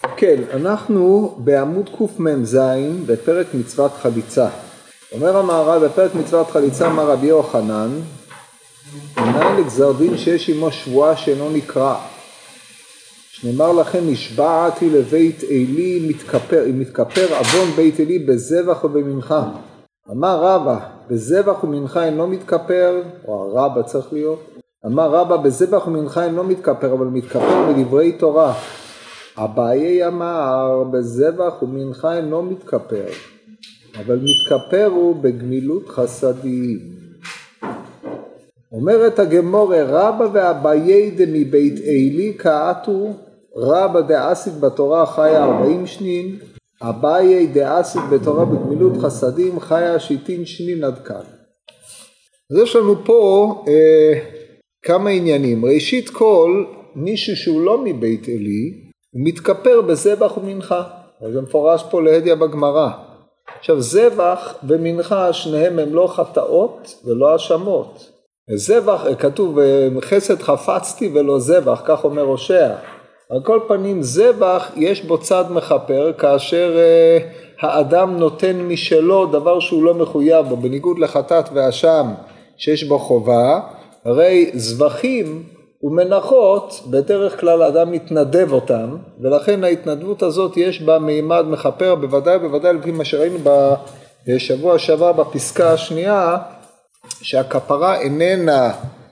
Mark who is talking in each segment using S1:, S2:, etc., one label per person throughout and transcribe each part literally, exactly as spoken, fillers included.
S1: כן, אנחנו בעמוד קמ"ז בפרק מצוות חליצה. אומר המהר"ל בפרק מצוות חליצה, אמר רבי יוחנן, מנין לגזר דין שיש עמו שבועה שאינו נקרא, שנאמר לכם נשבעתי לבית אלי מתכפר, מתכפר עוון בית אלי בזבח ובמנחה. אמר רבא בזבח ומנחה אינו מתכפר, או הרבא צריך להיות, אמר רבא בזבח ומנחה אינו מתכפר, אבל מתכפר בדברי תורה. אביי אמר בזבח ומנחה אינו מתכפר, אבל מתכפר הוא בגמילות חסדים. אומרת הגמורה, רבא ואביי דמבית אלי כעתו, רבא דעשית בתורה חיה ארבעים שנין, אביי דעשית בתורה בגמילות חסדים חיה שיטין שנין עד כאן. אז יש לנו פה אה, כמה עניינים. ראשית כל, מישהו שהוא לא מבית אלי, הוא מתכפר בזבח ומנחה. זה מפורש פה להדיא בגמרא. עכשיו זבח ומנחה שניהם הם לא חטאות ולא אשמות. זבח כתוב חסד חפצתי ולא זבח, כך אומר הושע. על כל פנים זבח יש בו צד מחפר כאשר האדם נותן משלו דבר שהוא לא מחויב בו, בניגוד לחטאת ואשם שיש בו חובה. הרי זבחים ומנחות בדרך כלל האדם מתנדב אותם, ולכן ההתנדבות הזאת יש בה מימד מחפר, בוודאי בוודאי לפי מה שראינו בשבוע שעבר בפסקה השנייה, שהכפרה איננה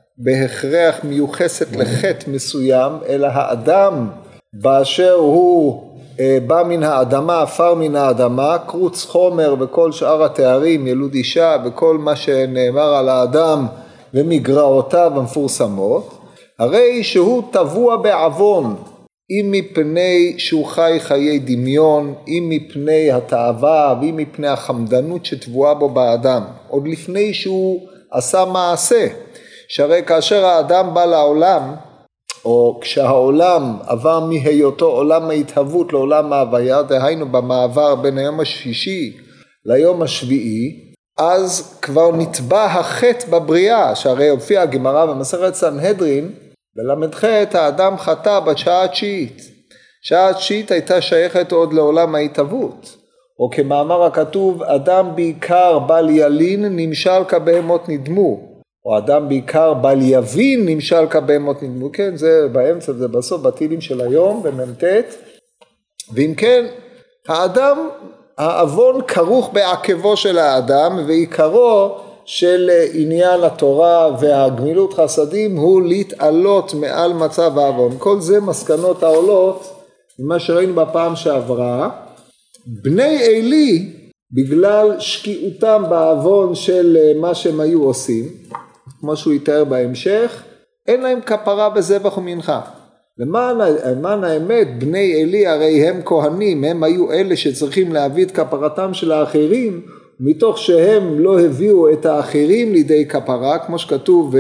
S1: בהכרח מיוחסת לחטא מסוים, אלא האדם באשר הוא בא מן האדמה, עפר מן האדמה, קרוץ חומר וכל שאר התארים, ילוד אישה וכל מה שנאמר על האדם ומגרעותיו המפורסמות, הרי שהוא טבוע בעוון, אם מפני שהוא חי חיי דמיון, אם מפני התאווה ואם מפני החמדנות שטבועה בו באדם, עוד לפני שהוא עשה מעשה. שהרי כאשר האדם בא לעולם, או כשהעולם עבר מהיותו עולם ההתהוות לעולם ההוויה, דהיינו במעבר בין היום השישי ליום השביעי, אז כבר נטבע החטא בבריאה, שהרי הופיע הגמרא במסכת סנהדרין, בל"ח האדם חטא בשעה התשיעית. שעה התשיעית הייתה שייכת עוד לעולם ההתהוות. או כמאמר הכתוב, אדם בעיקר בל ילין נמשל כבהמות נדמו. או אדם בעיקר בל יבין נמשל כבהמות נדמו. כן, זה באמצע, זה בסוף בתהילים של היום, במ"ט. ואם כן, האדם, העוון כרוך בעקבו של האדם, ועיקרו של עניין התורה והגמילות חסדים הוא להתעלות מעל מצב העוון. כל זה מסקנות העולות ממה שראינו בפעם שעברה. בני אלי, בגלל שקיעותם בעוון של מה שהם היו עושים, כמו שהוא יתאר בהמשך, אין להם כפרה בזבח ומנחה. למען, למען האמת, בני אלי הרי הם כהנים, הם היו אלה שצריכים להביא את כפרתם של האחרים, מתוך שהם לא הביאו את האחרים לידי כפרה, כמו שכתוב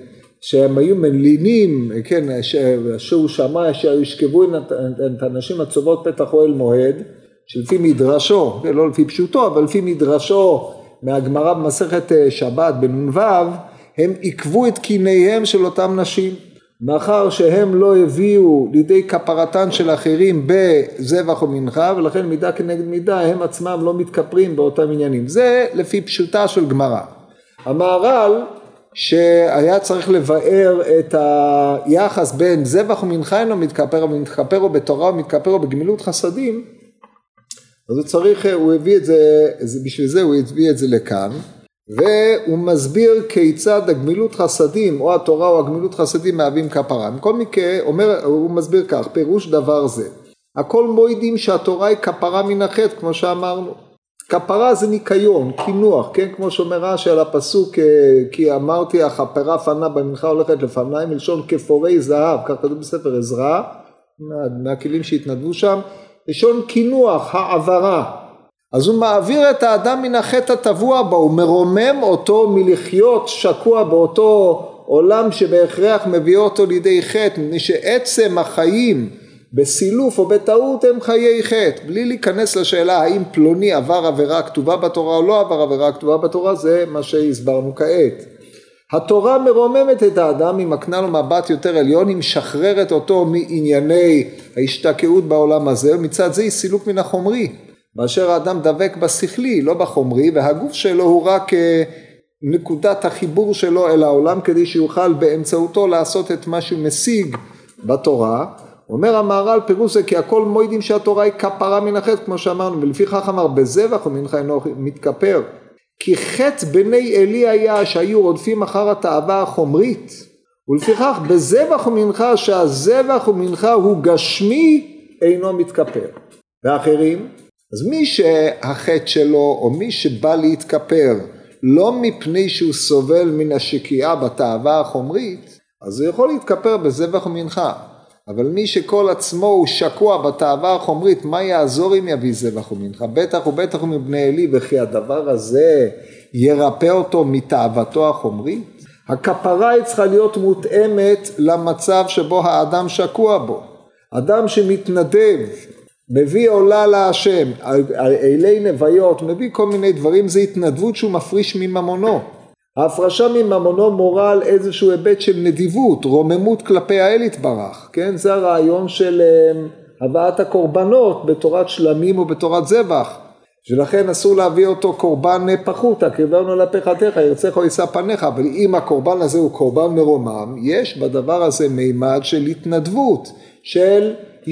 S1: שהם היו מלינים, כן, שהוא שמע שישכבו את האנשים הצובות פתח אוהל מועד, שלפי מדרשו, לא לפי פשוטו, אבל לפי מדרשו מהגמרא במסכת שבת בנ"ו, הם עיכבו את קיניהם של אותם נשים, מאחר שהם לא הביאו לידי כפרתן של אחרים בזבח ומנחה, ולכן מידה כנגד מידה הם עצמם לא מתכפרים באותם עניינים. זה לפי פשוטה של גמרא. המהר"ל שהיה צריך לבאר את היחס בין זבח ומנחה אינו מתכפר, אבל מתכפר או בתורה ומתכפר או בגמילות חסדים, אז הוא צריך, הוא הביא את זה, בשביל זה הוא הביא את זה לכאן, והוא מסביר כיצד הגמילות חסדים או התורה או הגמילות חסדים מהווים כפרה. מכל מקרה, אומר, הוא מסביר כך, פירוש דבר זה, הכל מועידים שהתורה היא כפרה מן החטא, כמו שאמרנו. כפרה זה ניקיון, קינוח, כן? כמו שאומר רש"י על הפסוק, כי אמרתי הכפרה פנה במנחה הולכת לפניי, מלשון כפורי זהב, כך כתוב בספר עזרא, מהכלים שהתנדבו שם, לשון קינוח, העברה. אז הוא מעביר את האדם מן החטא הטבוע בו, הוא מרומם אותו מלחיות שקוע באותו עולם שבהכרח מביא אותו לידי חטא, מפני שעצם החיים בסילוף או בטעות הם חיי חטא, בלי להיכנס לשאלה האם פלוני עבר עבירה כתובה בתורה או לא עבר עבירה כתובה בתורה, זה מה שהסברנו כעת. התורה מרוממת את האדם, היא מקנה לו מבט יותר עליון, היא משחררת אותו מענייני ההשתקעות בעולם הזה, ומצד זה היא סילוק מן החומרי, באשר האדם דבק בשכלי, לא בחומרי, והגוף שלו הוא רק נקודת החיבור שלו אל העולם, כדי שיוכל באמצעותו לעשות את מה שהוא משיג בתורה. אומר המהר"ל פירוש זה כי הכל מועידים שהתורה היא כפרה מן החטא, כמו שאמרנו, ולפיכך אמר בזבח ומנחה אינו מתכפר. כי חטא בני עלי היה שהיו רודפים אחר התאווה החומרית, ולפיכך בזבח ומנחה שהזבח ומנחה הוא גשמי אינו מתכפר. ואחרים, אז מי שהחטא שלו או מי שבא להתכפר לא מפני שהוא סובל מן השקיעה בתאווה החומרית, אז הוא יכול להתכפר בזבח ומנחה. אבל מי שכל עצמו הוא שקוע בתאווה החומרית, מה יעזור אם יביא זבח ומנחה? בטח ובטח מבני עלי, וכי הדבר הזה ירפא אותו מתאוותו החומרית? הכפרה היא צריכה להיות מותאמת למצב שבו האדם שקוע בו. אדם שמתנדב, מביא עולה להשם, אלי נוויות, מביא כל מיני דברים, זה התנדבות שהוא מפריש מממונו. ההפרשה מממונו מורה על איזשהו היבט של נדיבות, רוממות כלפי האל יתברך, כן? זה הרעיון של הבאת הקורבנות בתורת שלמים או בתורת זבח, שלכן אסור להביא אותו קורבן פחותה, קרבנו לפחתך, ירצך או יישא פניך, אבל אם הקורבן הזה הוא קורבן מרומם, יש בדבר הזה מימד של התנדבות, של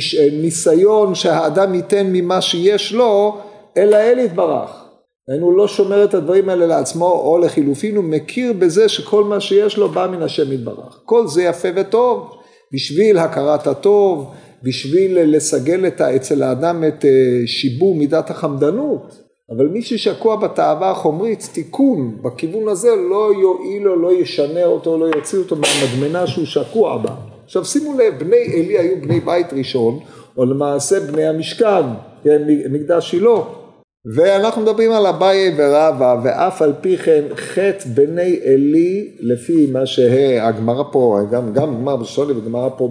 S1: ניסיון שהאדם ייתן ממה שיש לו אל האל יתברך. הוא לא שומר את הדברים האלה לעצמו, או לחילופין הוא מכיר בזה שכל מה שיש לו בא מן השם יתברך. כל זה יפה וטוב, בשביל הכרת הטוב, בשביל לסגל את, אצל האדם את שיבור מידת החמדנות. אבל מי ששקוע בתאווה החומרית, תיקון בכיוון הזה לא יועיל לו, לא ישנה אותו, לא יוציא אותו מהמדמנה שהוא שקוע בה. עכשיו שימו לב, בני עלי היו בני בית ראשון, או למעשה בני המשכן, כן, מקדש שילה. ואנחנו מדברים על אביי ורבא, ואף על פי כן חטא בני עלי, לפי מה שהגמרא פה, גם, גם גמרא בשוני וגמרא פה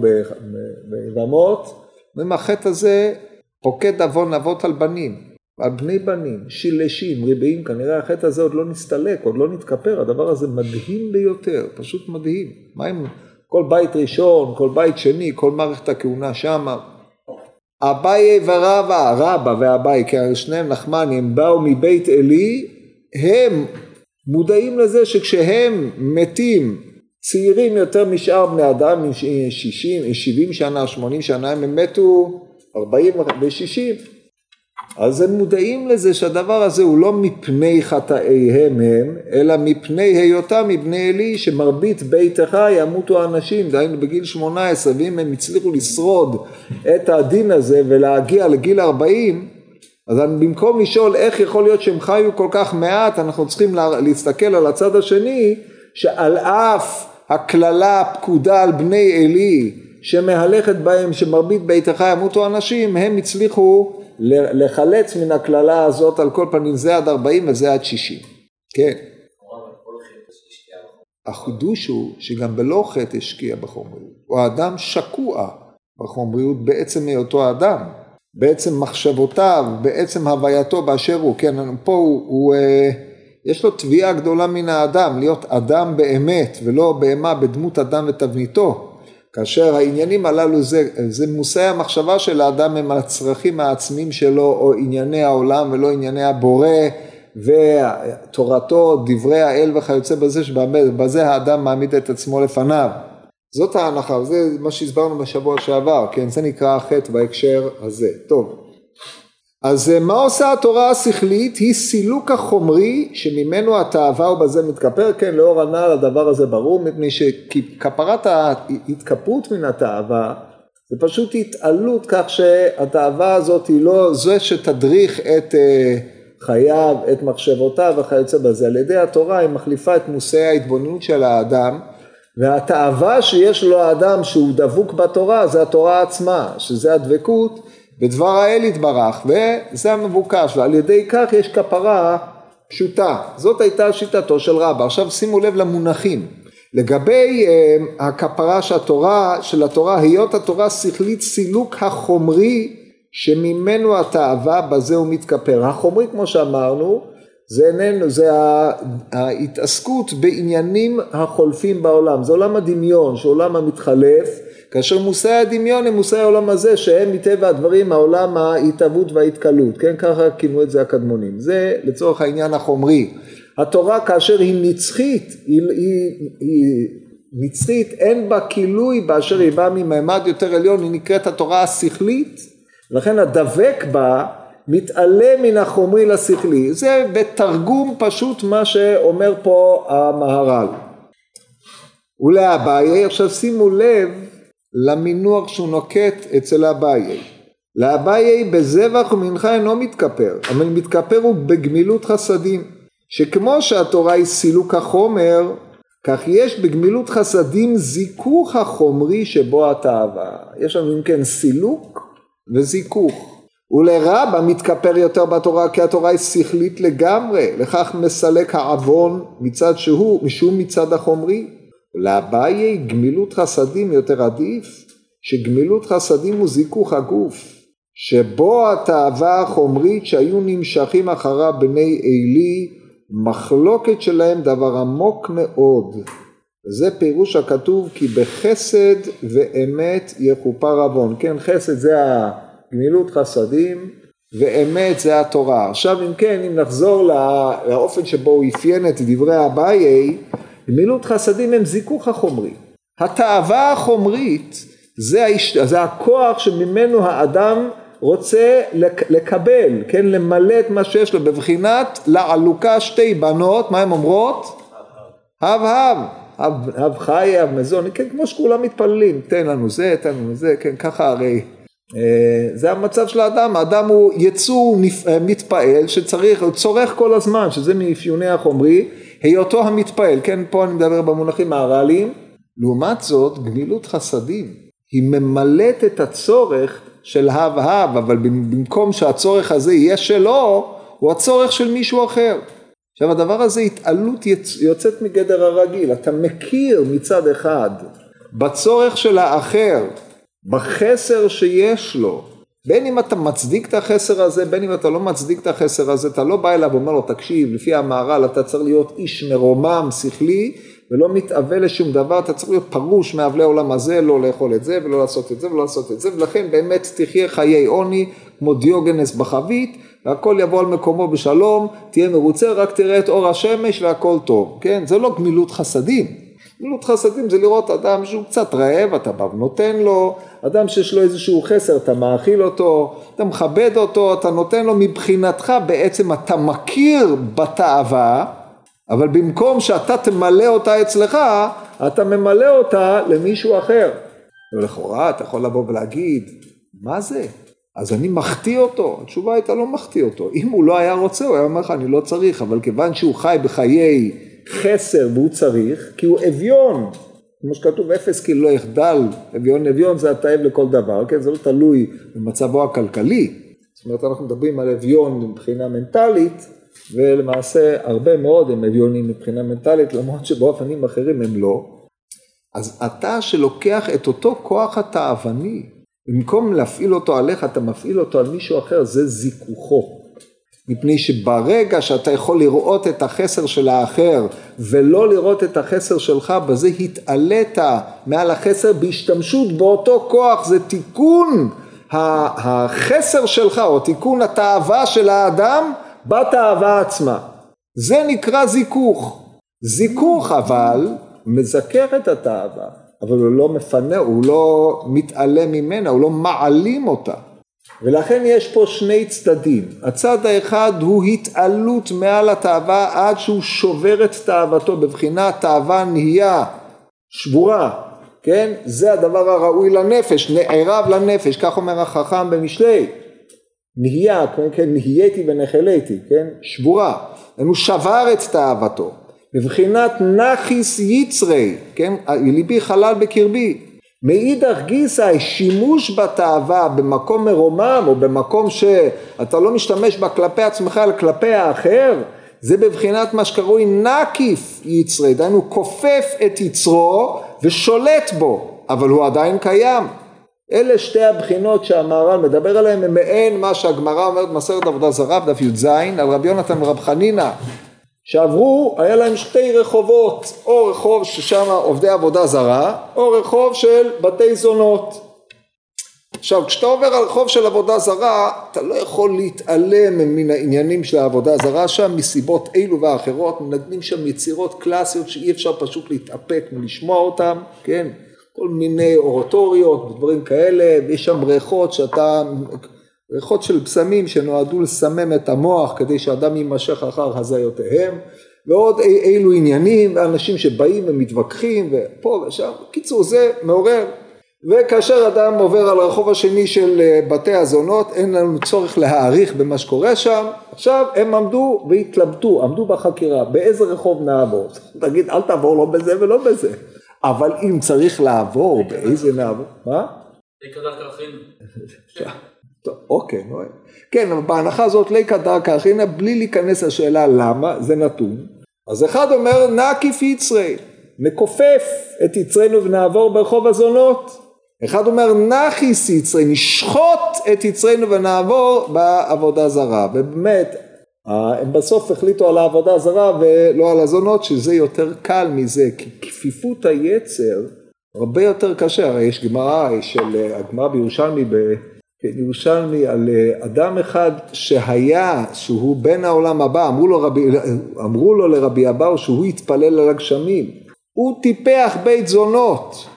S1: ביבמות, החטא הזה פוקד עוון אבות על בנים, על בני בנים, שילשים, ריבעים, כנראה החטא הזה עוד לא נסתלק, עוד לא נתכפר, הדבר הזה מדהים ביותר, פשוט מדהים. מה עם כל בית ראשון, כל בית שני, כל מערכת הכהונה שמה? אביי ורבא, רבא ואביי, כי שניהם נחמני, הם באו מבית עלי, הם מודעים לזה שכשהם מתים, צעירים יותר משאר בני אדם, שישים, שבעים שנה, שמונים שנה, הם מתו ארבעים ושישים, אז הם מודעים לזה שהדבר הזה הוא לא מפני חטאיהם הם, אלא מפני היותם מבני עלי, שמרבית ביתך ימותו האנשים, דהיינו בגיל שמונה עשרה, ואם הם הצליחו לשרוד את הדין הזה ולהגיע לגיל ארבעים, אז במקום לשאול איך יכול להיות שהם חיו כל כך מעט, אנחנו צריכים להסתכל על הצד השני, שעל אף הכללה הפקודה על בני עלי, שמהלכת בהם שמרבית ביתך ימותו אנשים, הם הצליחו לחלץ מן הכללה הזאת, על כל פנים זה עד ארבעים וזה עד שישים. כן. החידוש הוא שגם בלא חטא השקיע בחומריות. הוא האדם שקוע בחומריות בעצם מאותו אדם, בעצם מחשבותיו, בעצם הווייתו באשר הוא. כן, פה הוא, הוא יש לו תביעה גדולה מן האדם, להיות אדם באמת ולא בהמה בדמות אדם ותבניתו. כאשר העניינים הללו זה, זה מושאי המחשבה של האדם הם הצרכים העצמיים שלו או ענייני העולם ולא ענייני הבורא ותורתו, דברי האל וכיוצא בזה, שבזה האדם מעמיד את עצמו לפניו. זאת ההנחה, זה מה שהסברנו בשבוע שעבר, כן, זה נקרא החטא בהקשר הזה. טוב, אז מה עושה התורה השכלית? היא סילוק החומרי שממנו התאווה ובזה מתכפר, כן, לאור הנ"ל הדבר הזה ברור, מפני שכפרת ההתכפרות מן התאווה, זה פשוט התעלות כך שהתאווה הזאת היא לא זו שתדריך את חייו, את מחשבותיו וכיוצא בזה. על ידי התורה היא מחליפה את מושאי ההתבוננות של האדם, והתאווה שיש לו האדם שהוא דבוק בתורה, זה התורה עצמה, שזה הדבקות, בדבר האל יתברך, וזה המבוקש, ועל ידי כך יש כפרה פשוטה. זאת הייתה שיטתו של רבא. עכשיו שימו לב למונחים. לגבי uh, הכפרה של התורה, של התורה, היות התורה שכלית סילוק החומרי, שממנו התאווה בזה הוא מתכפר. החומרי כמו שאמרנו, זה איננו, זה ההתעסקות בעניינים החולפים בעולם, זה עולם הדמיון, שעולם המתחלף, כאשר מושאי הדמיון הם מושאי העולם הזה, שהם מטבע הדברים העולם ההתהוות וההתקלות, כן, ככה כינו את זה הקדמונים, זה לצורך העניין החומרי. התורה כאשר היא נצחית, היא, היא, היא נצחית, אין בה כילוי באשר היא באה מממד יותר עליון, היא נקראת התורה השכלית, לכן הדבק בה מתעלה מן החומרי לשכלי, זה בתרגום פשוט מה שאומר פה המהר"ל. ולאביי, עכשיו שימו לב למינוח שהוא נוקט אצל אביי. לאביי בזבח ומנחה אינו מתכפר, אבל מתכפר הוא בגמילות חסדים, שכמו שהתורה היא סילוק החומר, כך יש בגמילות חסדים זיכוך החומרי שבו התאווה. יש לנו אם כן סילוק וזיכוך. ולרבה מתכפר יותר בתורה, כי התורה היא שכלית לגמרי, לכך מסלק העוון מצד שהוא, משום מצד החומרי. לאביי גמילות חסדים יותר עדיף, שגמילות חסדים הוא זיכוך הגוף, שבו התאווה החומרית שהיו נמשכים אחרה בני אלי, מחלוקת שלהם דבר עמוק מאוד. זה פירוש הכתוב כי בחסד ואמת יכופר עוון. כן, חסד זה הגמילות חסדים ואמת זה התורה. עכשיו אם כן, אם נחזור לאופן שבו הוא אפיין את דברי אביי, גמילות חסדים הם זיכוך החומרי. התאווה החומרית זה, היש... זה הכוח שממנו האדם רוצה לקבל, כן, למלא את מה שיש לו, בבחינת לעלוקה שתי בנות, מה הן אומרות? הב הב, הב, הב חי, הב מזון, כן, כמו שכולם מתפללים, תן לנו זה, תן לנו זה, כן, ככה הרי, זה המצב של האדם, האדם הוא יצור מתפעל שצריך, הוא צורך כל הזמן, שזה מאפיוני החומרי, היותו המתפעל, כן, פה אני מדבר במונחים מהר"ליים, לעומת זאת, גמילות חסדים, היא ממלאת את הצורך של הב הב, אבל במקום שהצורך הזה יהיה שלו, הוא הצורך של מישהו אחר. עכשיו הדבר הזה התעלות יוצאת מגדר הרגיל, אתה מכיר מצד אחד בצורך של האחר, בחסר שיש לו, בין אם אתה מצדיק את החסר הזה, בין אם אתה לא מצדיק את החסר הזה, אתה לא בא אליו ואומר לו, תקשיב, לפי המהר"ל אתה צריך להיות איש מרומם, שכלי, ולא מתאבל לשום דבר, אתה צריך להיות פרוש מאבלי העולם הזה, לא לאכול את זה, ולא לעשות את זה, ולא לעשות את זה, ולכן באמת תחיה חיי עוני, כמו דיוגנס בחבית, והכל יבוא על מקומו בשלום, תהיה מרוצה, רק תראה את אור השמש והכל טוב, כן? זה לא גמילות חסדים. גמילות חסדים זה לראות אדם שהוא קצת רעב, אתה בא ונותן לו, אדם שיש לו איזשהו חסר, אתה מאכיל אותו, אתה מכבד אותו, אתה נותן לו מבחינתך, בעצם אתה מכיר בתאווה, אבל במקום שאתה תמלא אותה אצלך, אתה ממלא אותה למישהו אחר. ולכאורה אתה יכול לבוא ולהגיד, מה זה? אז אני מחטיא אותו. התשובה הייתה לא מחטיא אותו. אם הוא לא היה רוצה, הוא היה אומר לך, אני לא צריך, אבל כיוון שהוא חי בחיי חסר והוא צריך, כי הוא אביון, כמו שכתוב, אפס כי לא יחדל, אביון אביון זה התאב לכל דבר, כן? זה לא תלוי במצבו הכלכלי. זאת אומרת, אנחנו מדברים על אביון מבחינה מנטלית, ולמעשה הרבה מאוד הם אביונים מבחינה מנטלית, למרות שבאופנים אחרים הם לא. אז אתה שלוקח את אותו כוח התאווני, במקום להפעיל אותו עליך, אתה מפעיל אותו על מישהו אחר, זה זיכוכו. מפני שברגע שאתה יכול לראות את החסר של האחר, ולא לראות את החסר שלך, בזה התעלית מעל החסר בהשתמשות באותו כוח, זה תיקון החסר שלך, או תיקון התאווה של האדם, בתאווה עצמה. זה נקרא זיכוך. זיכוך אבל מזכר את התאווה, אבל הוא לא מפנה, הוא לא מתעלם ממנה, הוא לא מעלים אותה. ולכן יש פה שני צדדים. הצד האחד הוא התעלות מעל התאווה עד שהוא שובר את תאוותו, בבחינת תאווה נהיה שבורה. כן? זה הדבר הראוי לנפש, נערב לנפש, כך אומר החכם במשלי. נהיה, כן, נהייתי ונחליתי, כן, שבורה, הוא שבר את תאוותו, בבחינת נחיס יצרי, כן, ליבי חלל בקרבי, מאידך גיסא, שימוש בתאווה במקום מרומם, או במקום שאתה לא משתמש בה כלפי עצמך, אלא כלפי האחר, זה בבחינת מה שקרוי נקיף יצרי, דהיינו כופף את יצרו ושולט בו, אבל הוא עדיין קיים. אלה שתי הבחינות שהמהר"ל מדבר עליהן, הם מעין מה שהגמרא אומרת במסכת עבודה זרה, בדף י"ז, על רבי יונתן ורב חנינא, שעברו, היה להם שתי רחובות, או רחוב ששם עובדי עבודה זרה, או רחוב של בתי זונות. עכשיו, כשאתה עובר על רחוב של עבודה זרה, אתה לא יכול להתעלם מן העניינים של העבודה הזרה שם, מסיבות אילו ואחרות, מנגנים שם יצירות קלאסיות שאי אפשר פשוט להתאפק ולשמוע אותם, כן? כל מיני אורטוריות ודברים כאלה, ויש שם ריחות שאתה, ריחות של פסמים שנועדו לסמם את המוח כדי שאדם יימשך אחר הזיותיהם, ועוד אי, אילו עניינים, ואנשים שבאים ומתווכחים, ופה ושם, קיצור זה מעורר. וכאשר אדם עובר על הרחוב השני של בתי הזונות, אין לנו צורך להעריך במה שקורה שם. עכשיו הם עמדו והתלבטו, עמדו בחקירה, באיזה רחוב נעבור? תגיד, אל תעבור לא בזה ולא בזה. אבל אם צריך לעבור, באיזה נעבור? מה?
S2: ליקא דרכא אחרינא.
S1: טוב, אוקיי, נו. כן, אבל בהנחה הזאת ליקא דרכא אחרינא, בלי להיכנס לשאלה למה, זה נתון. אז אחד אומר, נקיף יצרי, נכופף את יצרנו ונעבור ברחוב הזונות. אחד אומר, נחי יצרי, נשחוט את יצרנו ונעבור בעבודה זרה. ובאמת, הם בסוף החליטו על העבודה הזרה ולא על הזונות, שזה יותר קל מזה, כי כפיפות היצר הרבה יותר קשה. הרי יש גמרא של הגמרא בירושלמי, בירושלמי על אדם אחד שהיה, שהוא בן העולם הבא, אמרו לו, רבי, אמרו לו לרבי אבאו שהוא יתפלל על הגשמים, הוא טיפח בית זונות,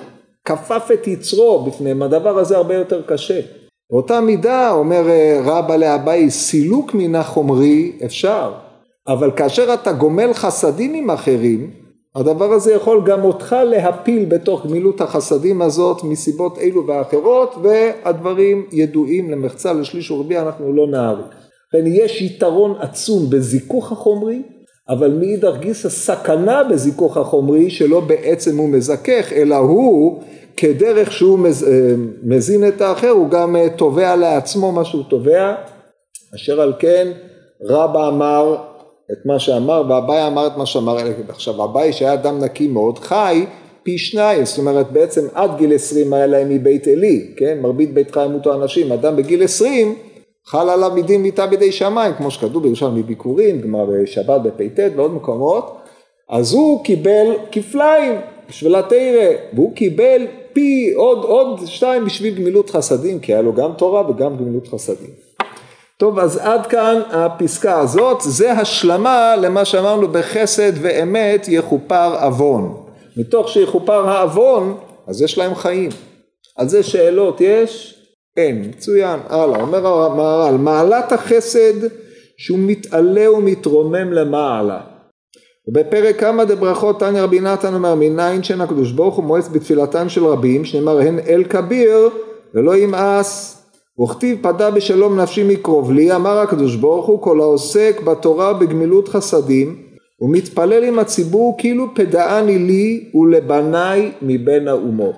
S1: כפף את יצרו בפניהם, הדבר הזה הרבה יותר קשה. באותה מידה אומר רבא לאביי, סילוק מן החומרי אפשר, אבל כאשר אתה גומל חסדים עם אחרים, הדבר הזה יכול גם אותך להפיל בתוך גמילות החסדים הזאת מסיבות אילו ואחרות, והדברים ידועים למחצה לשליש ורביע, אנחנו לא נעריך. לכן יש יתרון עצום בזיכוך החומרי, אבל מאידך גיסא סכנה בזיכוך החומרי שלא בעצם הוא מזכך, אלא הוא כדרך שהוא מזין את האחר, הוא גם תובע לעצמו מה שהוא תובע, אשר על כן רבא אמר את מה שאמר, ואביי אמר את מה שאמר. עכשיו אביי שהיה אדם נקי מאוד חי פי שניים, זאת אומרת בעצם עד גיל עשרים היה להם מבית אלי, כן? מרבית בית חי מותו אנשים, אדם בגיל עשרים חל עליו מדין מיתה בידי שמיים, כמו שכתוב בירושלמי ביקורים, גמר שבת בפ"ט ועוד מקומות. אז הוא קיבל כפליים בשביל התורה, והוא קיבל פי עוד עוד שתיים בשביל גמילות חסדים, כי היה לו גם תורה וגם גמילות חסדים. טוב, אז עד כאן הפסקה הזאת, זה השלמה למה שאמרנו בחסד ואמת יכופר אבון. מתוך שיכופר האבון, אז יש להם חיים. על זה שאלות יש? אין, מצוין. הלאה, אומר המהר"ל, מעלת החסד שהוא מתעלה ומתרומם למעלה. ובפרק כמה דברכות תניא רבי נתן אומר, מניין שאין הקדוש ברוך הוא מואס בתפילתם של רבים, שנאמר הן אל כביר ולא ימאס. וכתיב פדה בשלום נפשי מקרוב לי, אמר הקדוש ברוך הוא, כל העוסק בתורה בגמילות חסדים, ומתפלל עם הציבור כאילו פדעני לי ולבניי מבין האומות.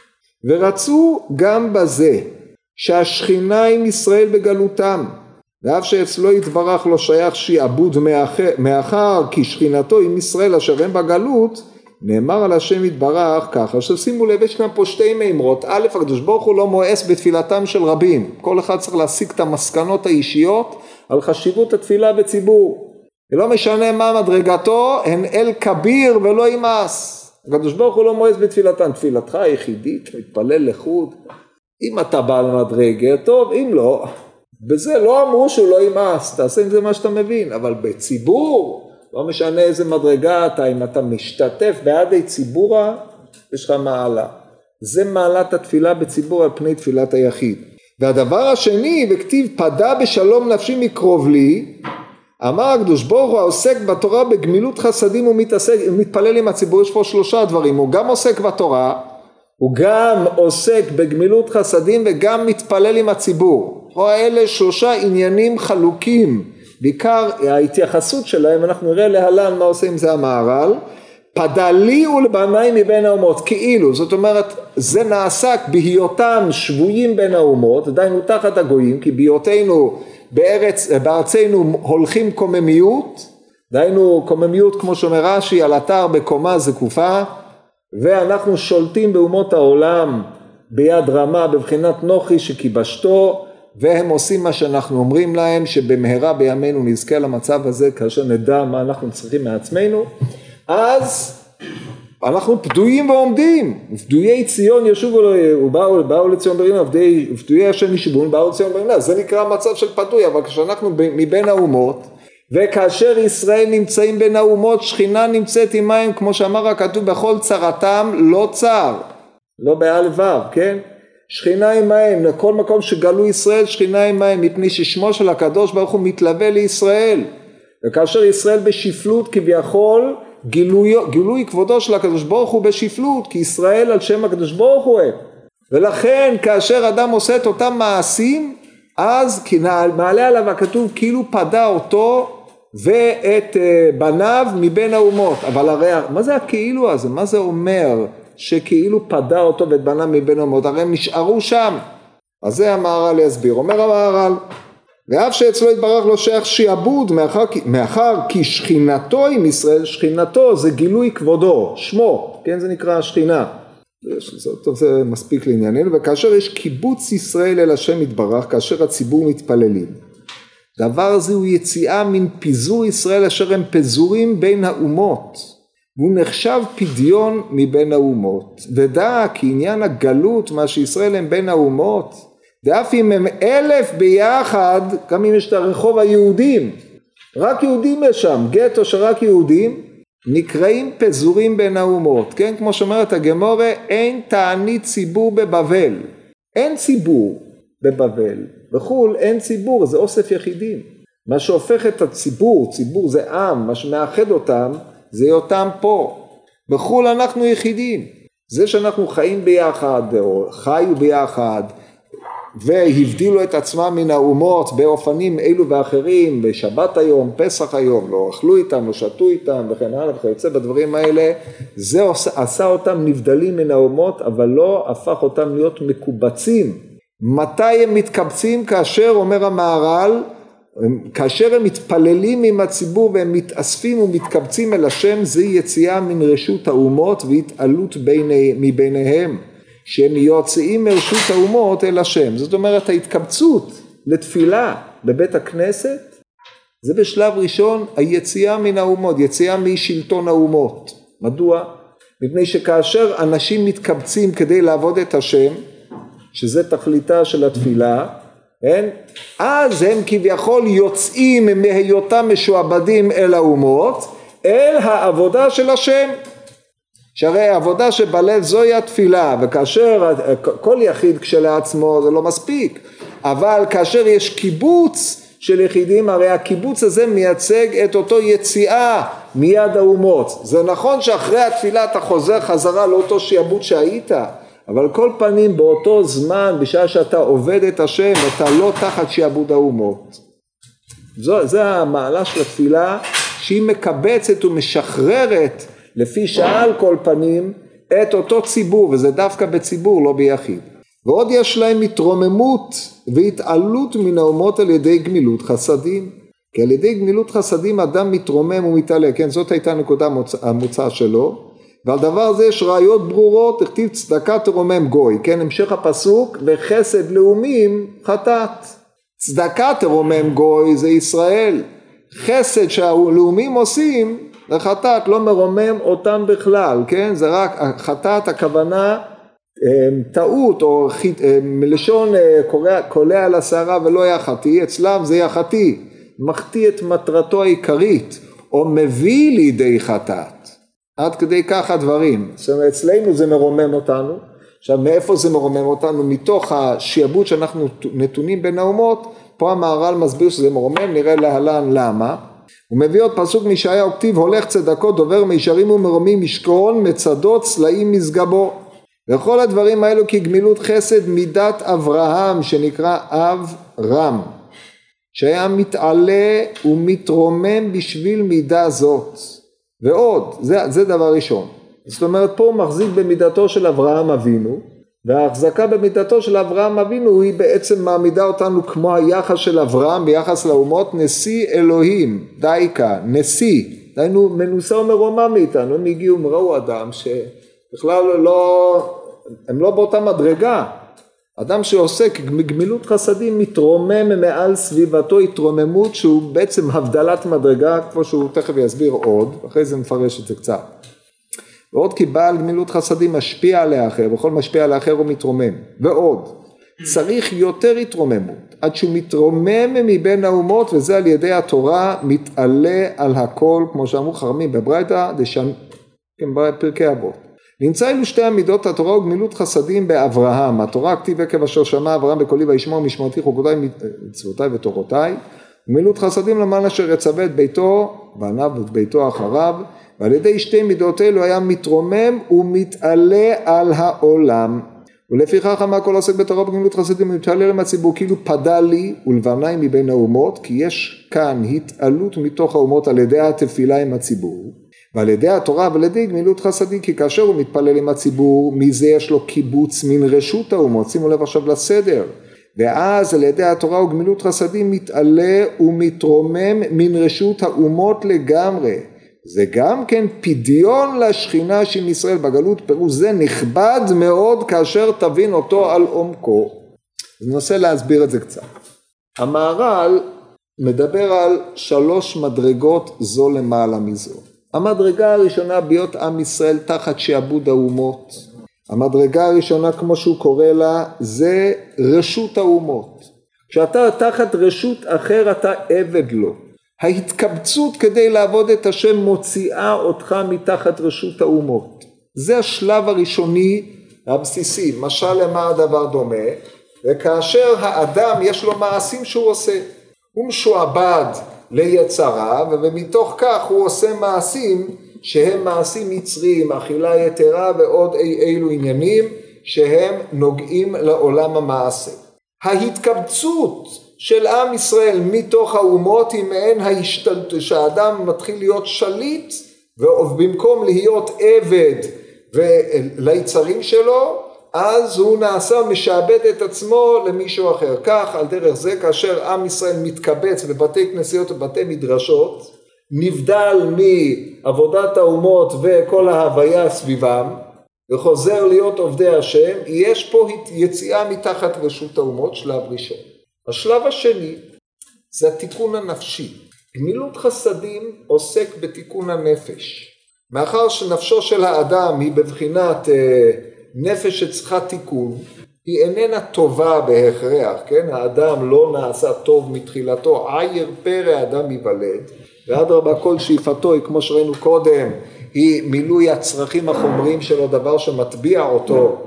S1: ורצו גם בזה, שהשכינה עם ישראל בגלותם, ואף שאצלו יתברך לא שייך שיעבוד מאחר, מאחר כי שכינתו עם ישראל אשר הם בגלות, נאמר על השם יתברך ככה. עכשיו שימו לב, יש כאן פה שתי מימרות. א', הקדוש ברוך הוא לא מואס בתפילתם של רבים, כל אחד צריך להסיק את המסקנות האישיות על חשיבות התפילה בציבור, ולא משנה מה מדרגתו, הן אל כביר ולא ימאס. הקדוש ברוך הוא לא מואס בתפילתם, תפילתך היחידית, מתפלל לחוד, אם אתה בעל מדרגה טוב, אם לא, בזה לא אמרו שהוא לא ימאס, תעשה עם זה מה שאתה מבין, אבל בציבור לא משנה איזה מדרגה אתה, אם אתה משתתף בעדי ציבורה, יש לך מעלה. זה מעלת התפילה בציבור על פני תפילת היחיד. והדבר השני, וכתיב פדה בשלום נפשי מקרוב לי, אמר הקדוש ברוך הוא העוסק בתורה בגמילות חסדים ומתפלל עם הציבור. יש פה שלושה דברים, הוא גם עוסק בתורה, הוא גם עוסק בגמילות חסדים וגם מתפלל עם הציבור. אלה שלושה עניינים חלוקים, בעיקר ההתייחסות שלהם, אנחנו נראה להלן מה עושה עם זה המהר"ל. פדה לי ולבניי מבין האומות, כאילו, זאת אומרת, זה נעסק בהיותם שבויים בין האומות, דהיינו תחת הגויים, כי בהיותנו בארץ, בארצנו הולכים קוממיות, דהיינו קוממיות כמו שאומר רש"י, על אתר בקומה זקופה, ואנחנו שולטים באומות העולם ביד רמה בבחינת נוחי שכיבשתו, והם עושים מה שאנחנו אומרים להם, שבמהרה בימינו נזכה למצב הזה, כאשר נדע מה אנחנו צריכים מעצמנו, אז אנחנו פדויים ועומדים, פדויי ציון ישובו ובאו, באו לציון ברינה, פדויי השם ישובון, באו לציון ברינה, זה נקרא מצב של פדוי, אבל כשאנחנו מבין האומות, וכאשר ישראל נמצאים בין האומות, שכינה נמצאת עמהם, כמו שאמר הכתוב, בכל צרתם לא צר, לא באלף וו, כן? שכינה עמהם, לכל מקום שגלו ישראל, שכינה עמהם, מפני ששמו של הקדוש ברוך הוא מתלווה לישראל, וכאשר ישראל בשפלות כביכול, גילוי, גילוי כבודו של הקדוש ברוך הוא בשפלות, כי ישראל על שם הקדוש ברוך הוא הם, ולכן כאשר אדם עושה את אותם מעשים, אז כי מעלה עליו הכתוב כאילו פדה אותו ואת בניו מבין האומות. אבל הרי מה זה הכאילו הזה? מה זה אומר שכאילו פדה אותו ואת בניו מבין האומות? הרי הם נשארו שם. אז זה המהר"ל יסביר. אומר המהר"ל, ואף שאצלו התברך לו שייך שיעבוד, מאחר, מאחר כי שכינתו עם ישראל, שכינתו זה גילוי כבודו, שמו, כן, זה נקרא השכינה. טוב, זה מספיק לענייננו. וכאשר יש קיבוץ ישראל אל השם יתברך, כאשר הציבור מתפללים, דבר הזה הוא יציאה מן פיזור ישראל אשר הם פזורים בין האומות, והוא נחשב פדיון מבין האומות. ודע כי עניין הגלות, מה שישראל הם בין האומות, ואף אם הם אלף ביחד, גם אם יש את הרחוב היהודים, רק יהודים יש שם, גטו שרק יהודים, נקראים פזורים בין האומות, כן? כמו שאומרת הגמורה, אין תענית ציבור בבבל, אין ציבור בבבל, בחול אין ציבור, זה אוסף יחידים. מה שהופך את הציבור, ציבור זה עם, מה שמאחד אותם, זה אותם פה. בחול אנחנו יחידים, זה שאנחנו חיים ביחד, או חיו ביחד, והבדילו את עצמם מן האומות באופנים אלו ואחרים, בשבת היום, פסח היום, לא אכלו איתם, לא שתו איתם וכן הלאה וכיוצא בדברים האלה, זה עשה אותם נבדלים מן האומות, אבל לא הפך אותם להיות מקובצים. מתי הם מתקבצים? כאשר, אומר המהר"ל, כאשר הם מתפללים עם הציבור והם מתאספים ומתקבצים אל השם, זה יציאה מן רשות האומות והתעלות ביני, מביניהם. שהם יוצאים מרשות האומות אל השם. זאת אומרת, ההתקבצות לתפילה בבית הכנסת, זה בשלב ראשון היציאה מן האומות, יציאה משלטון האומות. מדוע? מפני שכאשר אנשים מתקבצים כדי לעבוד את השם, שזה תכליתה של התפילה, כן? אז הם כביכול יוצאים מהיותם משועבדים אל האומות, אל העבודה של השם. שהרי העבודה שבלב זוהי התפילה, וכאשר כל יחיד כשלעצמו זה לא מספיק, אבל כאשר יש קיבוץ של יחידים, הרי הקיבוץ הזה מייצג את אותו יציאה מיד האומות. זה נכון שאחרי התפילה אתה חוזר חזרה לאותו שיעבוד שהיית, אבל כל פנים באותו זמן, בשעה שאתה עובד את השם, אתה לא תחת שיעבוד האומות. זו, זה המעלה של התפילה, שהיא מקבצת ומשחררת לפי שעה על כל פנים את אותו ציבור, וזה דווקא בציבור, לא ביחיד. ועוד יש להם התרוממות והתעלות מן האומות על ידי גמילות חסדים. כי על ידי גמילות חסדים אדם מתרומם ומתעלה, כן, זאת הייתה נקודה המוצא שלו. ועל דבר זה יש ראיות ברורות, תכתיב צדקה תרומם גוי, כן, המשך הפסוק, וחסד לאומים חטאת. צדקה תרומם גוי זה ישראל, חסד שהלאומים עושים, לחטאת לא מרומם אותם בכלל, כן? זה רק חטאת הכוונה טעות או מלשון קולע על השערה ולא יחתי, אצלם זה יחתי, מחטיא את מטרתו העיקרית או מביא לידי חטאת. עד כדי כך הדברים. זאת אומרת, אצלנו זה מרומם אותנו. עכשיו מאיפה זה מרומם אותנו? מתוך השיעבוד שאנחנו נתונים בין האומות, פה המהר"ל מסביר שזה מרומם, נראה להלן למה. הוא מביא עוד פסוק מישעיהו כתיב, הולך צדקו דובר מישרים ומרומים משכון מצדות צלעים משגבו. וכל הדברים האלו כגמילות חסד מידת אברהם שנקרא אב רם, שהיה מתעלה ומתרומם בשביל מידה זאת. ועוד, זה, זה דבר ראשון. זאת אומרת, פה הוא מחזיק במידתו של אברהם אבינו, וההחזקה במידתו של אברהם אבינו היא בעצם מעמידה אותנו כמו היחס של אברהם ביחס לאומות, נשיא אלוהים, דייקה, נשיא, דיינו מנוסה ומרומם מאיתנו. הם הגיעו, ראו אדם שבכלל לא, הם לא באותה מדרגה. אדם שעוסק בגמילות חסדים מתרומם מעל סביבתו התרוממות שהוא בעצם הבדלת מדרגה, כמו שהוא תכף יסביר עוד, אחרי זה נפרש את זה קצת. ועוד כי בעל גמילות חסדים משפיע על האחר, וכל משפיע על האחר הוא מתרומם. ועוד, צריך יותר התרוממות, עד שהוא מתרומם מבין האומות, וזה על ידי התורה מתעלה על הכל, כמו שאמרו חכמים בברייתא, דשן, פרקי אבות. נמצא אלו שתי המידות התורה וגמילות חסדים באברהם. התורה כתיב עקב אשר שמע אברהם בקולי וישמור משמרתי חוקותיי מצוותיי ותורותיי, גמילות חסדים למען אשר יצווה את ביתו בניו ואת ביתו אחריו, ועל ידי שתי מידות אלו היה מתרומם ומתעלה על העולם. ולפיכך אמר כל עוסק בתורה ובגמילות חסדים מתעלה עם הציבור, כאילו פדה לי ולבניי מבין האומות, כי יש כאן התעלות מתוך האומות על ידי התפילה עם הציבור, ועל ידי התורה ועל ידי גמילות חסדים, כי כאשר הוא מתפלל עם הציבור, מזה יש לו קיבוץ מן רשות האומות. שימו לב עכשיו לסדר. ואז על ידי התורה וגמילות חסדים מתעלה ומתרומם מן רשות האומות לגמרי. זה גם כן פדיון לשכינה של ישראל בגלות, פירוש זה נכבד מאוד כאשר תבין אותו על עומקו. אני ננסה להסביר את זה קצת. המהר"ל מדבר על שלוש מדרגות זו למעלה מזו. המדרגה הראשונה ביות עם ישראל תחת שעבוד האומות. המדרגה הראשונה כמו שהוא קורא לה זה רשות האומות. כשאתה תחת רשות אחר אתה עבד לו. ההתקבצות כדי לעבוד את השם מוציאה אותך מתחת רשות האומות. זה השלב הראשוני הבסיסי. משל למה הדבר דומה? וכאשר האדם יש לו מעשים שהוא עושה. הוא משועבד ליצרה, ומתוך כך הוא עושה מעשים שהם מעשים יצריים, אכילה יתרה ועוד אי אילו עניינים שהם נוגעים לעולם המעשה. ההתקבצות של עם ישראל מתוך האומות היא מעין ההשתלטות, שהאדם מתחיל להיות שליט, ובמקום להיות עבד ליצרים שלו, אז הוא נעשה משעבד את עצמו למישהו אחר. כך על דרך זה כאשר עם ישראל מתקבץ בבתי כנסיות ובתי מדרשות, נבדל מעבודת האומות וכל ההוויה סביבם, וחוזר להיות עובדי השם, יש פה יציאה מתחת רשות האומות, שלב ראשון. השלב השני זה התיקון הנפשי. גמילות חסדים עוסק בתיקון הנפש. מאחר שנפשו של האדם היא בבחינת אה, נפש שצריכה תיקון, היא איננה טובה בהכרח, כן? האדם לא נעשה טוב מתחילתו, עיר פרא האדם ייוולד, ואדרבה כל שאיפתו היא כמו שראינו קודם, היא מילוי הצרכים החומריים שלו, דבר שמטביע אותו,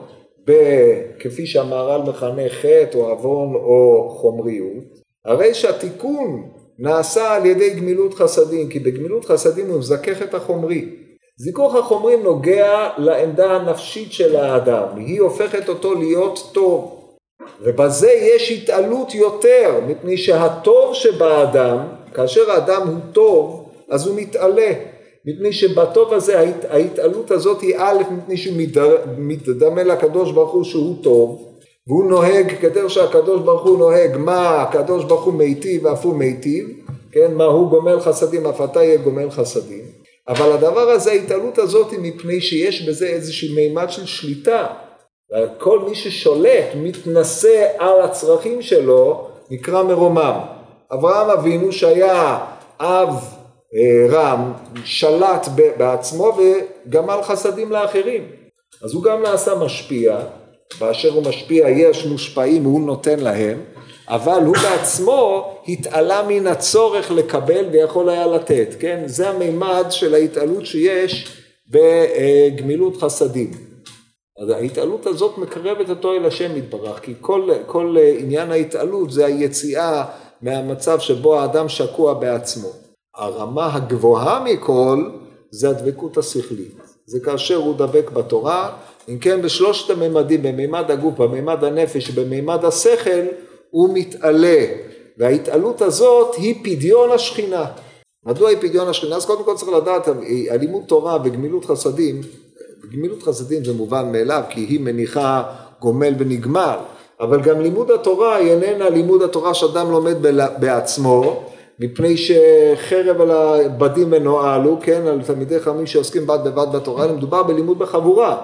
S1: כפי שהמהר"ל מכנה חטא או עוון או חומריות. הרי שהתיקון נעשה על ידי גמילות חסדים, כי בגמילות חסדים הוא מזכך את החומרי. זיכוך החומרים נוגע לעמדה הנפשית של האדם, היא הופכת אותו להיות טוב, ובזה יש התעלות יותר, מפני שהטוב שבאדם, כאשר האדם הוא טוב, אז הוא מתעלה, מפני שבטוב הזה, ההת, ההתעלות הזאת היא א', מפני שהוא מתדמה לקדוש ברוך הוא שהוא טוב, והוא נוהג כדר שהקדוש ברוך הוא נוהג, מה הקדוש ברוך הוא מיטיב ואף הוא מיטיב, כן, מה הוא גומל חסדים, אף אתה יהיה גומל חסדים, אבל הדבר הזה, ההתעלות הזאת היא מפני שיש בזה איזושהי מימד של שליטה, כל מי ששולט, מתנסה על הצרכים שלו, נקרא מרומם. אברהם אבינו שהיה אב רם, שלט בעצמו וגמל חסדים לאחרים. אז הוא גם נעשה משפיע, באשר הוא משפיע יש מושפעים, הוא נותן להם, אבל הוא בעצמו התעלה מן הצורך לקבל ויכול היה לתת, כן? זה המימד של ההתעלות שיש בגמילות חסדים. אז ההתעלות הזאת מקרבת אותו אל השם יתברך, כי כל, כל עניין ההתעלות זה היציאה מהמצב שבו האדם שקוע בעצמו. הרמה הגבוהה מכל זה הדבקות השכלית. זה כאשר הוא דבק בתורה, אם כן בשלושת הממדים, במימד הגוף, במימד הנפש, במימד השכל, הוא מתעלה. וההתעלות הזאת היא פדיון השכינה. מדוע היא פדיון השכינה? אז קודם כל צריך לדעת, הלימוד תורה וגמילות חסדים, גמילות חסדים זה מובן מאליו, כי היא מניחה גומל ונגמל, אבל גם לימוד התורה היא איננה לימוד התורה שאדם לומד בעצמו, מפני שחרב על הבדים מנועלו, כן, על תלמידי חכמים שעוסקים בד בבד בתורה, מדובר בלימוד בחבורה.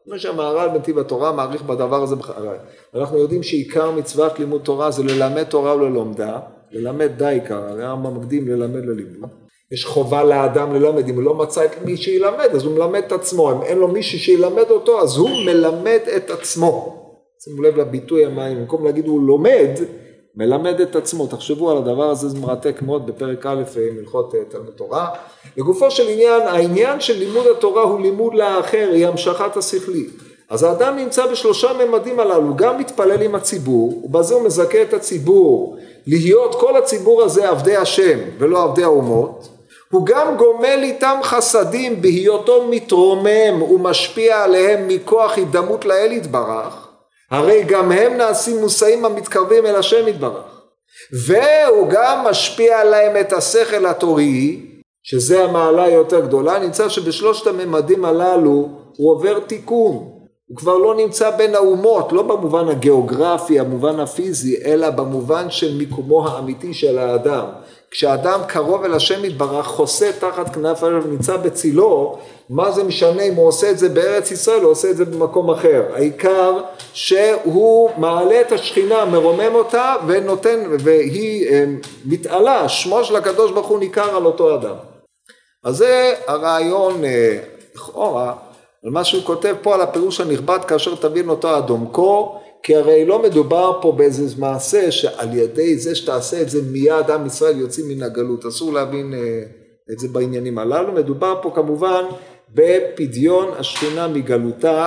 S1: כמו שהמהר"ל בנתיב התורה מעריך בדבר הזה, אנחנו יודעים שעיקר מצוות לימוד תורה זה ללמד תורה וללומדה, ללמד די עיקר, הרמב"ם מקדים ללמד ללימוד. יש חובה לאדם ללמד, אם הוא לא מצא את מי שילמד, אז הוא מלמד את עצמו, אם אין לו מישהו שילמד אותו, אז הוא מלמד את עצמו. שימו לב לביטוי המים, במקום להגיד הוא לומד, מלמד את עצמו. תחשבו על הדבר הזה, זה מרתק מאוד בפרק א' מלכות תלמוד תורה. לגופו של עניין, העניין של לימוד התורה הוא לימוד לאחר, היא המשכת השכלי. אז האדם נמצא בשלושה ממדים הללו, גם מתפלל עם הציבור, ובזה הוא מזכה את הציבור, להיות כל הציבור הזה עבדי השם ולא עבדי האומות. הוא גם גומל איתם חסדים בהיותו מתרומם ומשפיע עליהם מכוח הידמות לאל יתברך. הרי גם הם נעשים מושאים המתקרבים אל השם יתברך. והוא גם משפיע עליהם את השכל התורי, שזה המעלה היותר גדולה. נמצא שבשלושת הממדים הללו הוא עובר תיקון. הוא כבר לא נמצא בין האומות, לא במובן הגיאוגרפי, המובן הפיזי, אלא במובן של מיקומו האמיתי של האדם. כשאדם קרוב אל השם יתברך, חוסה תחת כנף עליו ונמצא בצילו, מה זה משנה אם הוא עושה את זה בארץ ישראל או עושה את זה במקום אחר. העיקר שהוא מעלה את השכינה, מרומם אותה ונותן, והיא מתעלה, שמו של הקדוש ברוך הוא ניכר על אותו אדם. אז זה הרעיון לכאורה, על מה שהוא כותב פה על הפירוש הנכבד כאשר תבין אותו עד עומקו, כי הרי לא מדובר פה באיזה מעשה שעל ידי זה שתעשה את זה מיד עם ישראל יוצאים מן הגלות, אסור להבין את זה בעניינים הללו. מדובר פה כמובן בפדיון השכינה מגלותה,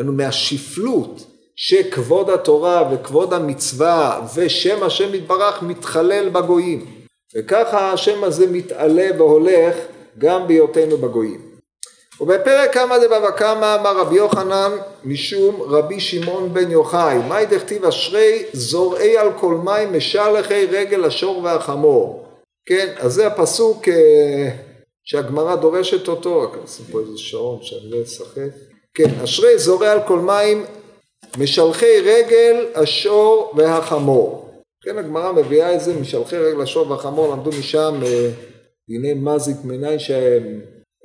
S1: מהשפלות שכבוד התורה וכבוד המצווה ושם השם יתברך מתחלל בגויים, וככה השם הזה מתעלה והולך גם בהיותנו בגויים. ובפרק כמה דבבא קמא אמר רבי יוחנן משום רבי שמעון בן יוחאי, מאי דכתיב אשרי זורעי על כל מים משלחי רגל השור והחמור. כן, אז זה הפסוק שהגמרא דורשת אותו, רק נשים פה איזה שעון שאני לא אשחק. כן, אשרי זורעי על כל מים משלחי רגל השור והחמור. כן, הגמרא מביאה את זה, משלחי רגל השור והחמור, למדו משם דיני מזיק מניין שהם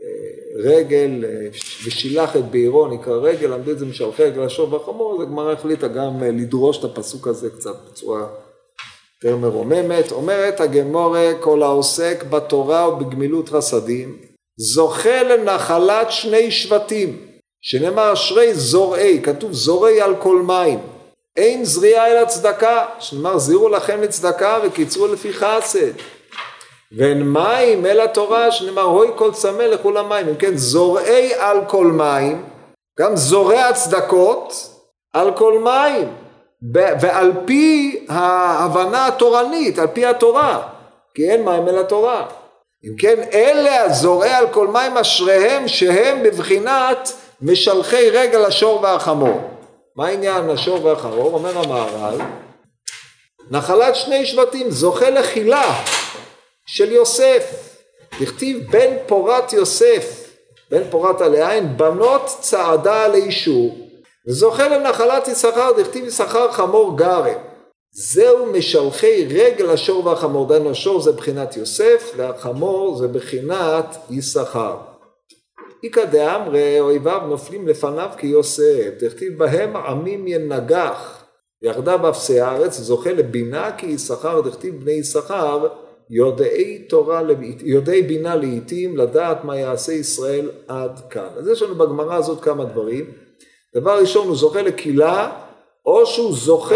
S1: רגל ושילח את בעירו נקרא רגל, למדו את זה משלחי רגל השור והחמור. אז הגמרא החליטה גם לדרוש את הפסוק הזה קצת בצורה יותר מרוממת. אומרת הגמרא, כל העוסק בתורה ובגמילות חסדים זוכה לנחלת שני שבטים, שנאמר אשרי זורעי, כתוב זורעי על כל מים, אין זריעה אלא צדקה, שנאמר זירו לכם לצדקה וקיצרו לפי חסד, ואין מים אלא תורה, שנאמר הוי כל צמא לכו למים. אם כן, זורעי על כל מים, גם זורע צדקות על כל מים, ועל פי ההבנה התורנית, על פי התורה, כי אין מים אלא תורה. אם כן, אלה הזורעי על כל מים אשריהם שהם בבחינת משלחי רגל השור והחמור. מה העניין השור והחמור? אומר המהר"ל, נחלת שני שבטים, זוכה לחילה של יוסף, תכתיב בן פורת יוסף, בן פורת עליין, בנות צעדה לאישור, וזוכה לנחלת יששכר, תכתיב יששכר חמור גרם. זהו משלחי רגל השור והחמור, דהיינו השור זה בחינת יוסף, והחמור זה בחינת יששכר. איכא דאמרי אויביו נופלים לפניו כיוסף, תכתיב בהם עמים ינגח, ירדה באפסי הארץ, זוכה לבינה כי יששכר, תכתיב בני יששכר, יודעי תורה, יודעי בינה לעתים, לדעת מה יעשה ישראל עד כאן. אז יש לנו בגמרא הזאת כמה דברים. דבר ראשון, הוא זוכה לקהילה, או שהוא זוכה,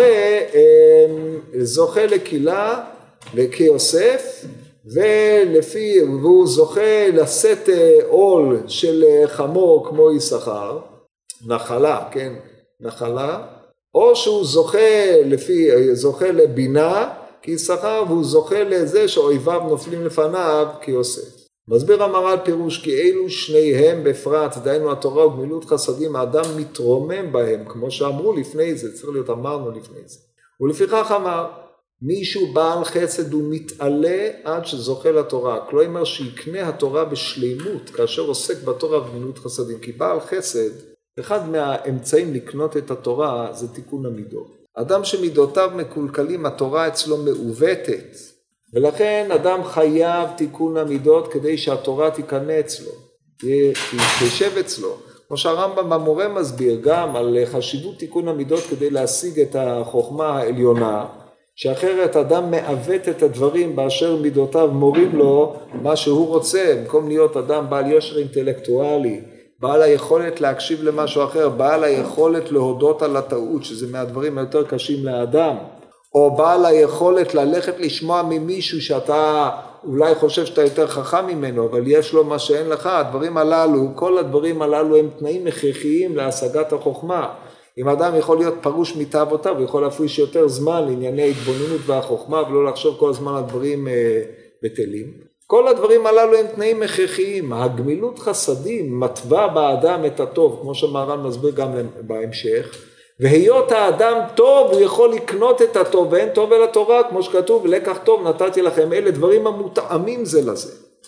S1: זוכה לקהילה כיוסף, ולפי, והוא זוכה לשאת עול של חמור כמו יששכר, נחלה, כן, נחלה, או שהוא זוכה לפי, זוכה לבינה, כי יששכר, והוא זוכה לזה שאויביו נופלים לפניו כיוסף. מסביר המהר"ל פירוש כי אלו שניהם בפרט, דהיינו התורה וגמילות חסדים, האדם מתרומם בהם, כמו שאמרו לפני זה, צריך להיות אמרנו לפני זה. ולפיכך אמר, מישהו בעל חסד הוא מתעלה עד שזוכה לתורה, כלומר שיקנה התורה בשלימות, כאשר עוסק בתורה וגמילות חסדים, כי בעל חסד, אחד מהאמצעים לקנות את התורה זה תיקון המידות. אדם שמידותיו מקולקלים, התורה אצלו מעוותת, ולכן אדם חייב תיקון המידות כדי שהתורה תיכנס אצלו, תשב אצלו. כמו שהרמב"ם המורה מסביר גם על חשיבות תיקון המידות כדי להשיג את החוכמה העליונה, שאחרת אדם מעוות את הדברים באשר מידותיו מורים לו מה שהוא רוצה, במקום להיות אדם בעל יושר אינטלקטואלי, בעל היכולת להקשיב למשהו אחר, בעל היכולת להודות על הטעות, שזה מהדברים היותר קשים לאדם, או בעל היכולת ללכת לשמוע ממישהו שאתה אולי חושב שאתה יותר חכם ממנו, אבל יש לו מה שאין לך, הדברים הללו, כל הדברים הללו הם תנאים הכרחיים להשגת החוכמה. אם אדם יכול להיות פרוש מתאוותיו, הוא יכול להפריש יותר זמן לענייני התבוננות והחוכמה, ולא לחשוב כל הזמן על דברים אה, בטלים. כל הדברים הללו הם תנאים הכרחיים. הגמילות חסדים מתווה באדם את הטוב, כמו שמהר"ן מסביר גם בהמשך, והיות האדם טוב, הוא יכול לקנות את הטוב, ואין טוב אל התורה, כמו שכתוב, לקח טוב נתתי לכם, אלה דברים המותאמים זה לזה.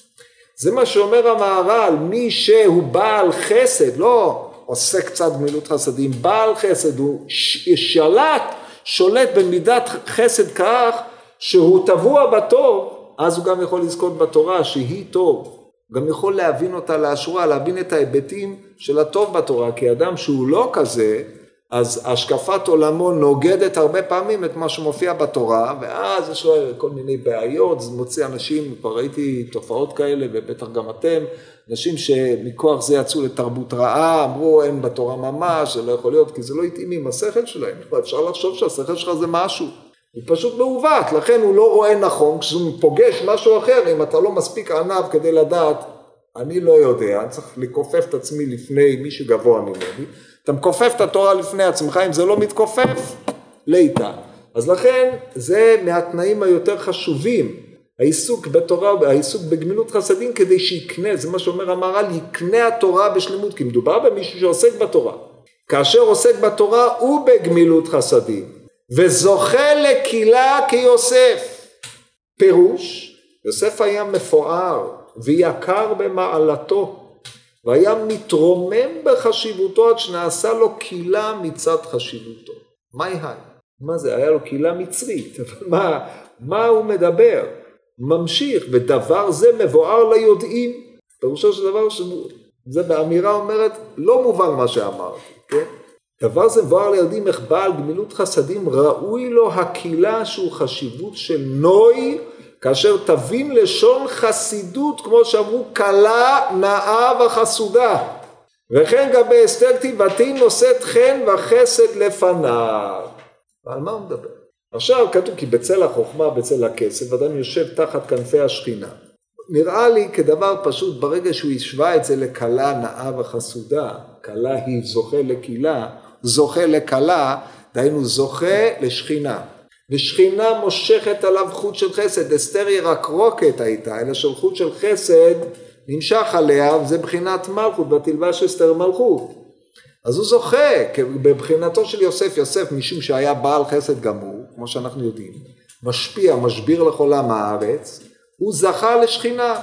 S1: זה מה שאומר המהר"ל, מי שהוא בעל חסד, לא עושה קצת גמילות חסדים, בעל חסד, הוא שלט, שולט במידת חסד כך, שהוא טבוע בטוב, אז הוא גם יכול לזכות בתורה שהיא טוב, גם יכול להבין אותה לאשורה, להבין את ההיבטים של הטוב בתורה, כי אדם שהוא לא כזה, אז השקפת עולמו נוגדת הרבה פעמים את מה שמופיע בתורה, ואז יש לו כל מיני בעיות, זה מוציא אנשים, כבר ראיתי תופעות כאלה, ובטח גם אתם, אנשים שמכוח זה יצאו לתרבות רעה, אמרו אין בתורה ממש, זה לא יכול להיות, כי זה לא התאים עם השכל שלהם, אפשר לחשוב שהשכל שלך זה משהו, הוא פשוט מעוות, לכן הוא לא רואה נכון, כשהוא פוגש משהו אחר, אם אתה לא מספיק ענב כדי לדעת, אני לא יודע, אני צריך לקופף את עצמי לפני מי שגבוה ממני, אתה מכופף את התורה לפני עצמך, אם זה לא מתכופף, לאיתה. אז לכן זה מהתנאים היותר חשובים, העיסוק בתורה, העיסוק בגמילות חסדים כדי שיקנה, זה מה שאומר המהר"ל, יקנה התורה בשלמות, כי מדובר במישהו שעוסק בתורה. כאשר עוסק בתורה הוא בגמילות חסדים, וזוכה לקהילה כיוסף. פירוש, יוסף היה מפואר ויקר במעלתו, והיה מתרומם בחשיבותו עד שנעשה לו קהילה מצד חשיבותו. מה היא? מה זה? היה לו קהילה מצרית, אבל מה, מה הוא מדבר? ממשיך, ודבר זה מבואר ליודעים. פירושו של דבר, זה באמירה אומרת, לא מובן מה שאמרתי, כן? דבר זה מבואר ליודעים איך בעל גמילות חסדים ראוי לו הקהילה שהוא חשיבות של נוי, כאשר תבין לשון חסידות, כמו שאמרו, קלה, נאה וחסודה. וכן גם באסתר כתיבתי נושאת חן וחסד לפניו. ועל מה הוא מדבר? עכשיו כתוב כי בצל החוכמה, בצל הכסף, אדם יושב תחת כנפי השכינה. נראה לי כדבר פשוט, ברגע שהוא השווה את זה לקלה, נאה וחסודה, קלה היא זוכה לקהילה, זוכה לקלה, דהיינו זוכה לשכינה. ושכינה מושכת עליו חוט של חסד, אסתר היא רק רוקת הייתה, אלא של חוט של חסד נמשך עליה, וזה בחינת מלכות, בתלבש אסתר מלכות. אז הוא זוכה, בבחינתו של יוסף, יוסף משום שהיה בעל חסד גמור, כמו שאנחנו יודעים, משפיע, משביר לכל עם הארץ, הוא זכה לשכינה,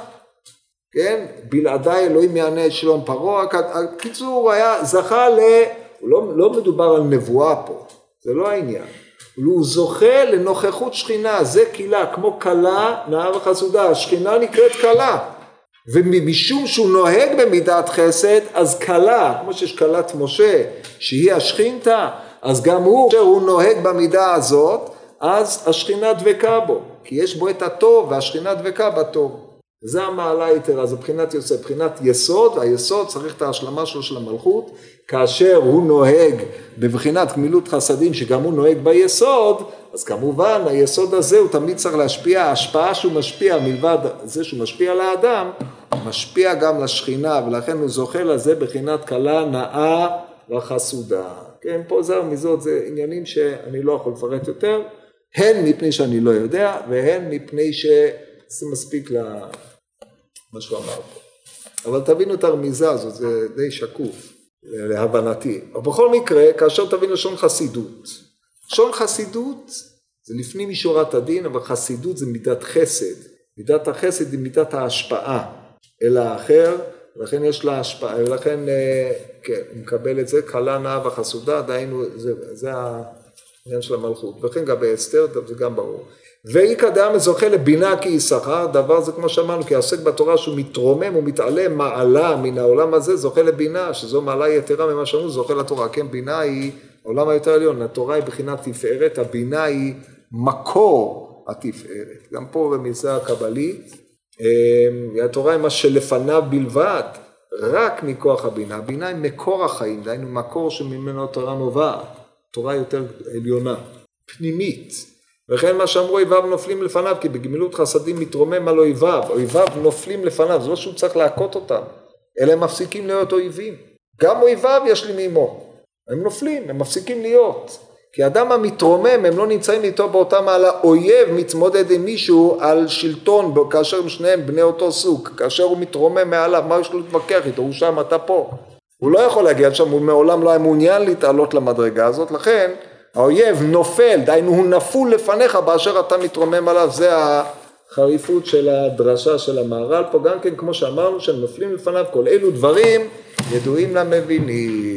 S1: כן? בלעדי אלוהים יענה את שלום פרעה, הקיצור היה זכה ל... לא, לא מדובר על נבואה פה, זה לא העניין. הוא זוכה לנוכחות שכינה, זה קהילה, כמו קלה, נאה וחסודה, השכינה נקראת קלה, ומשום שהוא נוהג במידת חסד, אז קלה, כמו שיש קלת משה, שהיא השכינתה, אז גם הוא, כשהוא נוהג במידה הזאת, אז השכינה דבקה בו, כי יש בו את הטוב, והשכינה דבקה בטוב. זה המעלה היתרה, זה בחינת יוסף, בחינת יסוד, והיסוד צריך את ההשלמה שלו של המלכות, כאשר הוא נוהג בבחינת גמילות חסדים, שגם הוא נוהג ביסוד, אז כמובן היסוד הזה הוא תמיד צריך להשפיע, ההשפעה שהוא משפיע מלבד זה שהוא משפיע לאדם, משפיע גם לשכינה, ולכן הוא זוכה לזה בחינת קלה, נאה וחסודה. כן, פה זהו מזאת, זה עניינים שאני לא יכול לפרט יותר, הן מפני שאני לא יודע, והן מפני שזה מספיק למה שהוא אמר פה. אבל תבינו את הרמיזה הזאת, זה די שקוף להבנתי. אבל בכל מקרה, כאשר תבין לשון חסידות, לשון חסידות זה לפנים משורת הדין, אבל חסידות זה מידת חסד. מידת החסד היא מידת ההשפעה אל האחר, ולכן יש לה השפעה, ולכן כן, הוא מקבל את זה, קלה, נאה וחסודה, דהיינו, זה, זה העניין של המלכות. וכן גם באסתר, זה גם ברור. ואיכא דאמר זוכה לבינה כי יששכר, דבר זה כמו שאמרנו, כי העוסק בתורה שהוא מתרומם, הוא מתעלם מעלה מן העולם הזה, זוכה לבינה, שזו מעלה יתרה ממה שאמרו, זוכה לתורה. כן, בינה היא עולם היותר עליון, התורה היא בחינת תפארת, הבינה היא מקור התפארת. גם פה במזה הקבלית, התורה היא מה שלפניו בלבד, רק מכוח הבינה. הבינה היא מקור החיים, דהיינו מקור שממנו התורה נובעת, תורה יותר עליונה, פנימית. וכן מה שאמרו אויביו נופלים לפניו, כי בגמילות חסדים מתרומם על אויביו, אויביו נופלים לפניו, זה לא שהוא צריך להכות אותם, אלא הם מפסיקים להיות אויבים. גם אויביו יש לי מימו, הם נופלים, הם מפסיקים להיות. כי האדם המתרומם, הם לא נמצאים איתו באותה מעלה, אויב מתמודד עם מישהו על שלטון, כאשר הם שניהם בני אותו סוג, כאשר הוא מתרומם מעליו, מה יש לו להתמקח איתו? הוא שם, אתה פה. הוא לא יכול להגיע שם, הוא מעולם לא היה מעוניין להתעלות למדרגה הזאת, לכן האויב נופל, דהיינו הוא נפול לפניך באשר אתה מתרומם עליו, זה החריפות של הדרשה של המהר"ל פה, גם כן כמו שאמרנו שהם נופלים לפניו, כל אלו דברים ידועים למבינים.